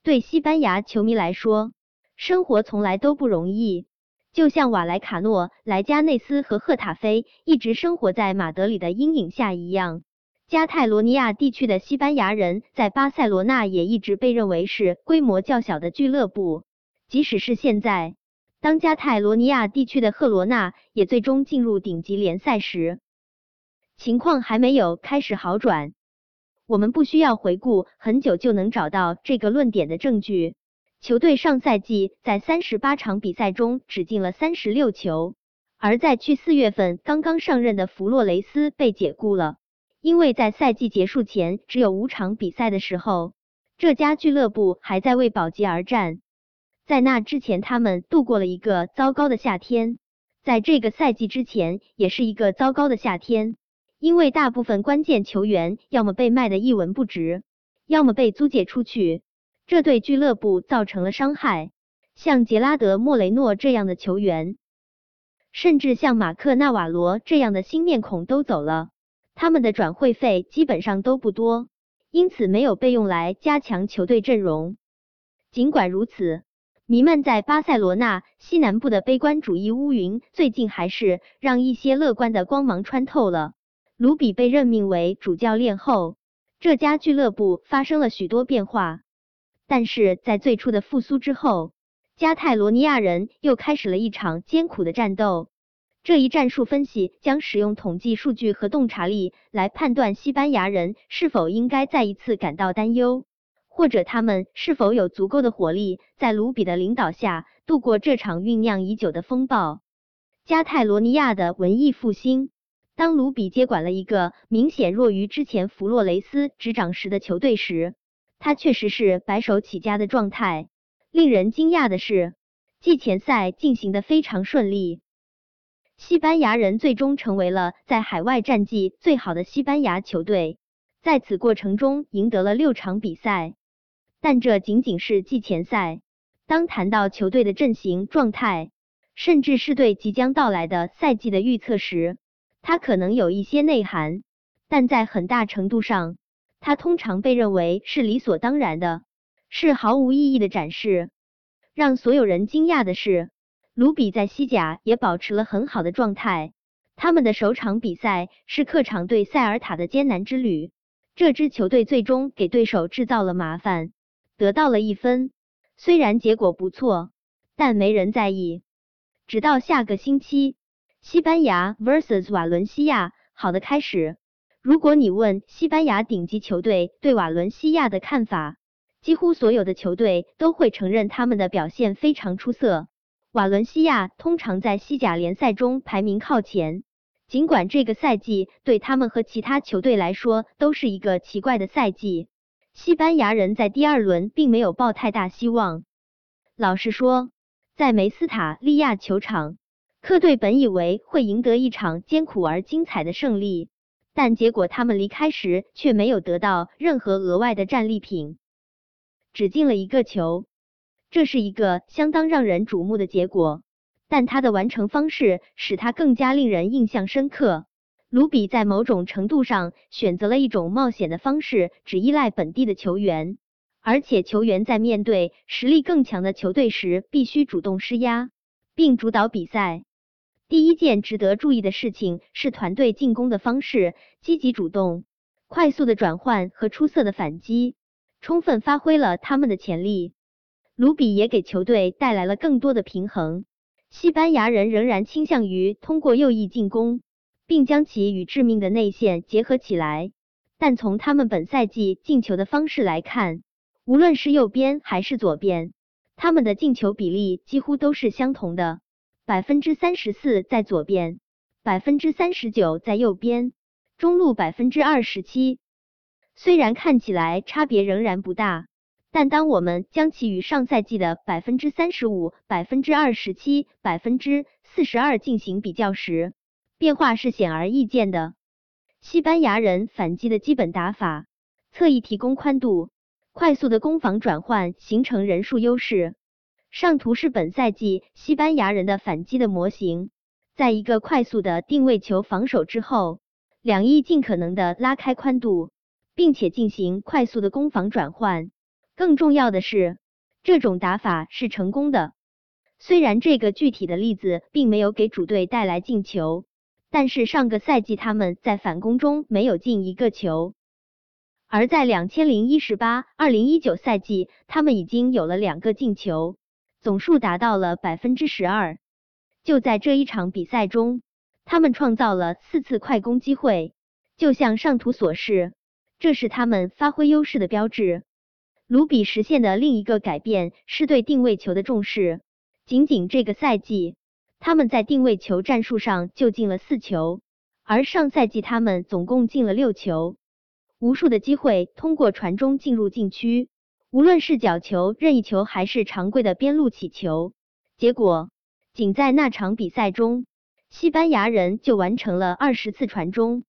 对西班牙球迷来说，生活从来都不容易。就像瓦莱卡诺、莱加内斯和赫塔菲一直生活在马德里的阴影下一样，加泰罗尼亚地区的西班牙人在巴塞罗那也一直被认为是规模较小的俱乐部。即使是现在，当加泰罗尼亚地区的赫罗纳也最终进入顶级联赛时，情况还没有开始好转。我们不需要回顾很久就能找到这个论点的证据。球队上赛季在38场比赛中只进了36球，而在去4月份刚刚上任的弗洛雷斯被解雇了，因为在赛季结束前只有5场比赛的时候，这家俱乐部还在为保级而战。在那之前，他们度过了一个糟糕的夏天，在这个赛季之前也是一个糟糕的夏天，因为大部分关键球员要么被卖得一文不值，要么被租借出去。这对俱乐部造成了伤害，像杰拉德·莫雷诺这样的球员，甚至像马克·纳瓦罗这样的新面孔都走了，他们的转会费基本上都不多，因此没有被用来加强球队阵容。尽管如此，弥漫在巴塞罗那西南部的悲观主义乌云最近还是让一些乐观的光芒穿透了。卢比被任命为主教练后，这家俱乐部发生了许多变化。但是在最初的复苏之后，加泰罗尼亚人又开始了一场艰苦的战斗。这一战术分析将使用统计数据和洞察力来判断西班牙人是否应该再一次感到担忧，或者他们是否有足够的火力在卢比的领导下度过这场酝酿已久的风暴。加泰罗尼亚的文艺复兴，当卢比接管了一个明显弱于之前弗洛雷斯执掌时的球队时，他确实是白手起家的状态。令人惊讶的是，季前赛进行得非常顺利，西班牙人最终成为了在海外战绩最好的西班牙球队，在此过程中赢得了6场比赛。但这仅仅是季前赛，当谈到球队的阵型状态，甚至是对即将到来的赛季的预测时，它可能有一些内涵，但在很大程度上，它通常被认为是理所当然的，是毫无意义的展示。让所有人惊讶的是，卢比在西甲也保持了很好的状态。他们的首场比赛是客场对塞尔塔的艰难之旅，这支球队最终给对手制造了麻烦，得到了1分。虽然结果不错，但没人在意。直到下个星期，西班牙 vs 瓦伦西亚，好的开始。如果你问西班牙顶级球队对瓦伦西亚的看法，几乎所有的球队都会承认他们的表现非常出色。瓦伦西亚通常在西甲联赛中排名靠前，尽管这个赛季对他们和其他球队来说都是一个奇怪的赛季，西班牙人在第2轮并没有抱太大希望。老实说，在梅斯塔利亚球场，客队本以为会赢得一场艰苦而精彩的胜利，但结果他们离开时却没有得到任何额外的战利品，只进了1个球。这是一个相当让人瞩目的结果，但他的完成方式使他更加令人印象深刻。卢比在某种程度上选择了一种冒险的方式，只依赖本地的球员，而且球员在面对实力更强的球队时必须主动施压，并主导比赛。第一件值得注意的事情是团队进攻的方式，积极主动、快速的转换和出色的反击，充分发挥了他们的潜力。卢比也给球队带来了更多的平衡。西班牙人仍然倾向于通过右翼进攻，并将其与致命的内线结合起来，但从他们本赛季进球的方式来看，无论是右边还是左边，他们的进球比例几乎都是相同的。34%在左边，39%在右边，中路27%。虽然看起来差别仍然不大，但当我们将其与上赛季的35%、27%、42%进行比较时，变化是显而易见的。西班牙人反击的基本打法，侧翼提供宽度，快速的攻防转换形成人数优势。上图是本赛季西班牙人的反击的模型，在一个快速的定位球防守之后，两翼尽可能的拉开宽度，并且进行快速的攻防转换， 更重要的是，这种打法是成功的。虽然这个具体的例子并没有给主队带来进球，但是上个赛季他们在反攻中没有进一个球，而在2018-2019赛季，他们已经有了2个进球，总数达到了 12%。就在这一场比赛中，他们创造了4次快攻机会，就像上图所示，这是他们发挥优势的标志。卢比实现的另一个改变是对定位球的重视。仅仅这个赛季，他们在定位球战术上就进了4球，而上赛季他们总共进了6球。无数的机会通过传中进入禁区，无论是角球、任意球还是常规的边路起球。结果，仅在那场比赛中，西班牙人就完成了20次传中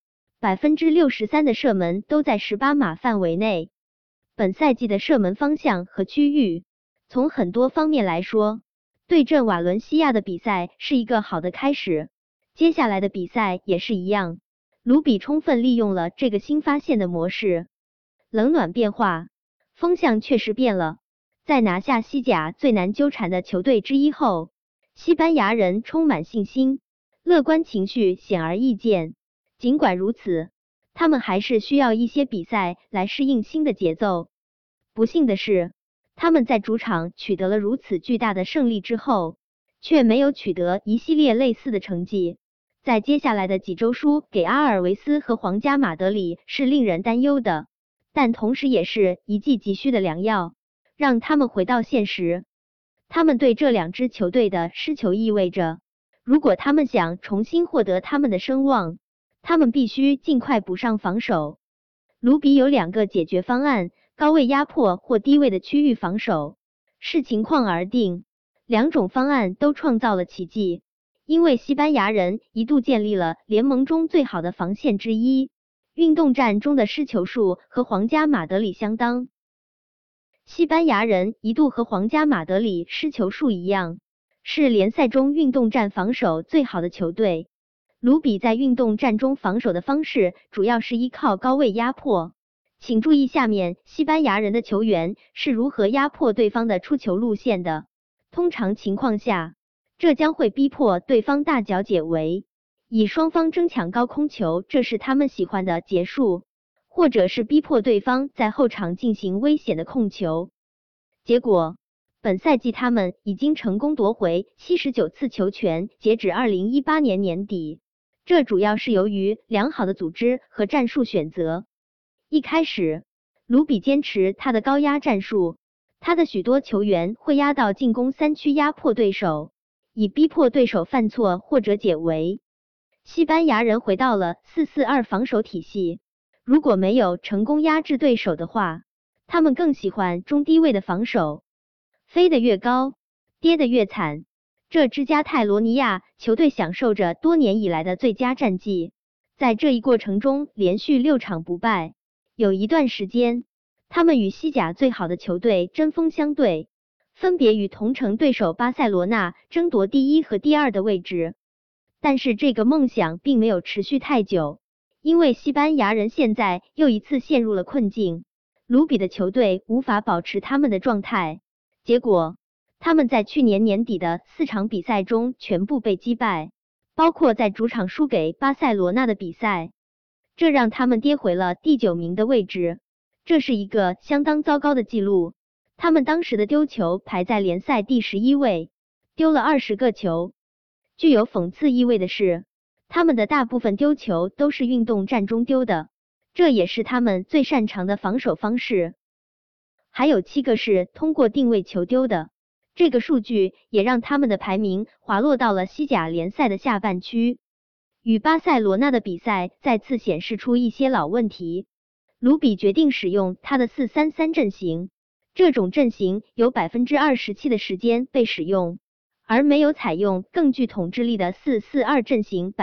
，63%的射门都在18码范围内。本赛季的射门方向和区域，从很多方面来说，对阵瓦伦西亚的比赛是一个好的开始，接下来的比赛也是一样。卢比充分利用了这个新发现的模式，冷暖变化，风向确实变了。在拿下西甲最难纠缠的球队之一后，西班牙人充满信心，乐观情绪显而易见。尽管如此，他们还是需要一些比赛来适应新的节奏。不幸的是，他们在主场取得了如此巨大的胜利之后，却没有取得一系列类似的成绩。在接下来的几周输给阿尔维斯和皇家马德里是令人担忧的，但同时也是一剂急需的良药，让他们回到现实。他们对这2支球队的失球意味着，如果他们想重新获得他们的声望，他们必须尽快补上防守。卢比有2个解决方案：高位压迫或低位的区域防守，视情况而定。2种方案都创造了奇迹，因为西班牙人一度建立了联盟中最好的防线之一，运动战中的失球数和皇家马德里相当。西班牙人一度和皇家马德里失球数一样，是联赛中运动战防守最好的球队。卢比在运动战中防守的方式主要是依靠高位压迫。请注意下面西班牙人的球员是如何压迫对方的出球路线的。通常情况下，这将会逼迫对方大脚解围，以双方争抢高空球，这是他们喜欢的结束，或者是逼迫对方在后场进行危险的控球。结果，本赛季他们已经成功夺回79次球权，截止2018年年底。这主要是由于良好的组织和战术选择。一开始，卢比坚持他的高压战术，他的许多球员会压到进攻3区压迫对手，以逼迫对手犯错或者解围。西班牙人回到了4-4-2防守体系，如果没有成功压制对手的话，他们更喜欢中低位的防守，飞得越高，跌得越惨。这支加泰罗尼亚球队享受着多年以来的最佳战绩，在这一过程中连续6场不败。有一段时间，他们与西甲最好的球队针锋相对，分别与同城对手巴塞罗那争夺第1和第2的位置。但是这个梦想并没有持续太久，因为西班牙人现在又一次陷入了困境。卢比的球队无法保持他们的状态，结果他们在去年年底的4场比赛中全部被击败，包括在主场输给巴塞罗那的比赛，这让他们跌回了第9名的位置。这是一个相当糟糕的记录。他们当时的丢球排在联赛第11位，丢了20个球。具有讽刺意味的是，他们的大部分丢球都是运动战中丢的，这也是他们最擅长的防守方式。还有7个是通过定位球丢的。这个数据也让他们的排名滑落到了西甲联赛的下半区。与巴塞罗那的比赛再次显示出一些老问题。卢比决定使用他的4-3-3阵型，这种阵型有 27% 的时间被使用，而没有采用更具统治力的4-4-2阵型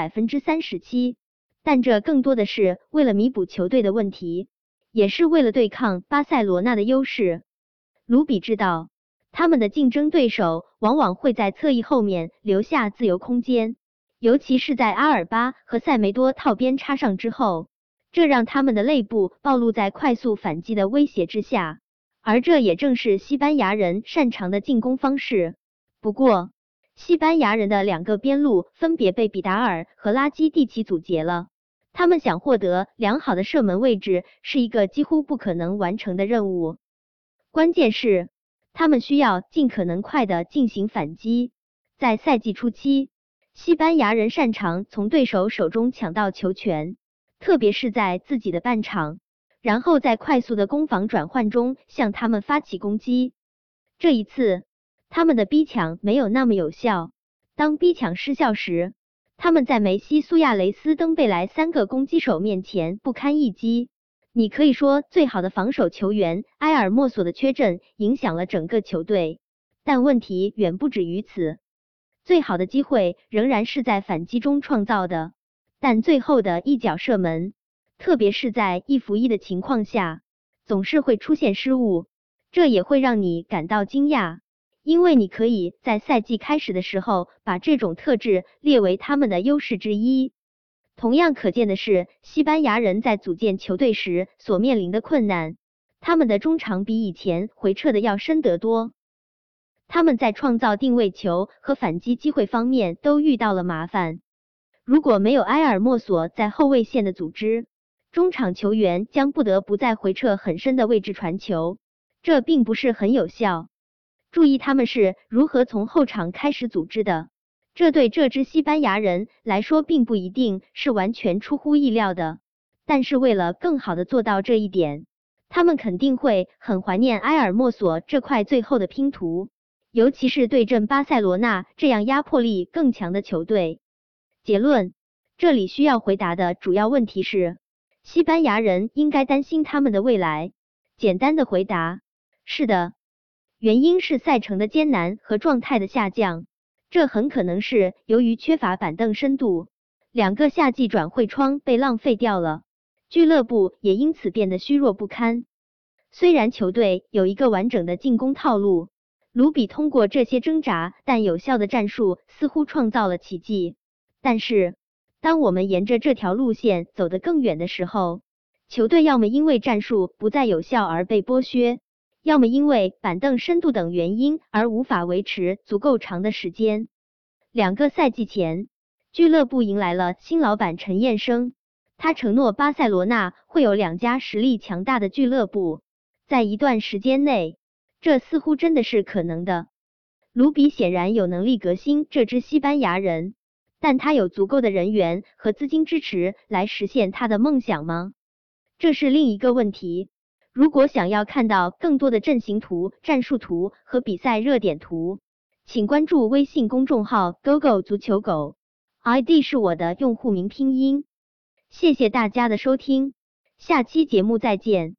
37%。但这更多的是为了弥补球队的问题，也是为了对抗巴塞罗那的优势。卢比知道，他们的竞争对手往往会在侧翼后面留下自由空间，尤其是在阿尔巴和塞梅多套边插上之后，这让他们的肋部暴露在快速反击的威胁之下， 而这也正是西班牙人擅长的进攻方式。不过，西班牙人的两个边路分别被比达尔和拉基蒂奇阻截了，他们想获得良好的射门位置是一个几乎不可能完成的任务。关键是，他们需要尽可能快地进行反击。在赛季初期，西班牙人擅长从对手手中抢到球权，特别是在自己的半场，然后在快速的攻防转换中向他们发起攻击。这一次，他们的逼抢没有那么有效。当逼抢失效时，他们在梅西、苏亚雷斯、登贝莱三个攻击手面前不堪一击。你可以说最好的防守球员埃尔莫索的缺阵影响了整个球队，但问题远不止于此。最好的机会仍然是在反击中创造的，但最后的一脚射门，特别是在1-1的情况下，总是会出现失误，这也会让你感到惊讶，因为你可以在赛季开始的时候把这种特质列为他们的优势之一。同样可见的是，西班牙人在组建球队时所面临的困难，他们的中场比以前回撤的要深得多。他们在创造定位球和反击机会方面都遇到了麻烦。如果没有埃尔莫索在后卫线的组织，中场球员将不得不在回撤很深的位置传球，这并不是很有效。注意他们是如何从后场开始组织的，这对这支西班牙人来说并不一定是完全出乎意料的，但是为了更好的做到这一点，他们肯定会很怀念埃尔莫索这块最后的拼图，尤其是对阵巴塞罗那这样压迫力更强的球队。结论，这里需要回答的主要问题是，西班牙人应该担心他们的未来。简单的回答，是的。原因是赛程的艰难和状态的下降，这很可能是由于缺乏板凳深度。2个夏季转会窗被浪费掉了，俱乐部也因此变得虚弱不堪。虽然球队有一个完整的进攻套路，卢比通过这些挣扎但有效的战术似乎创造了奇迹。但是，当我们沿着这条路线走得更远的时候，球队要么因为战术不再有效而被剥削，要么因为板凳深度等原因而无法维持足够长的时间。2个赛季前，俱乐部迎来了新老板陈彦生，他承诺巴塞罗那会有2家实力强大的俱乐部，在一段时间内，这似乎真的是可能的。卢比显然有能力革新这支西班牙人，但他有足够的人员和资金支持来实现他的梦想吗？这是另一个问题。如果想要看到更多的阵型图、战术图和比赛热点图，请关注微信公众号 GoGo 足球狗 ，ID 是我的用户名拼音。谢谢大家的收听，下期节目再见。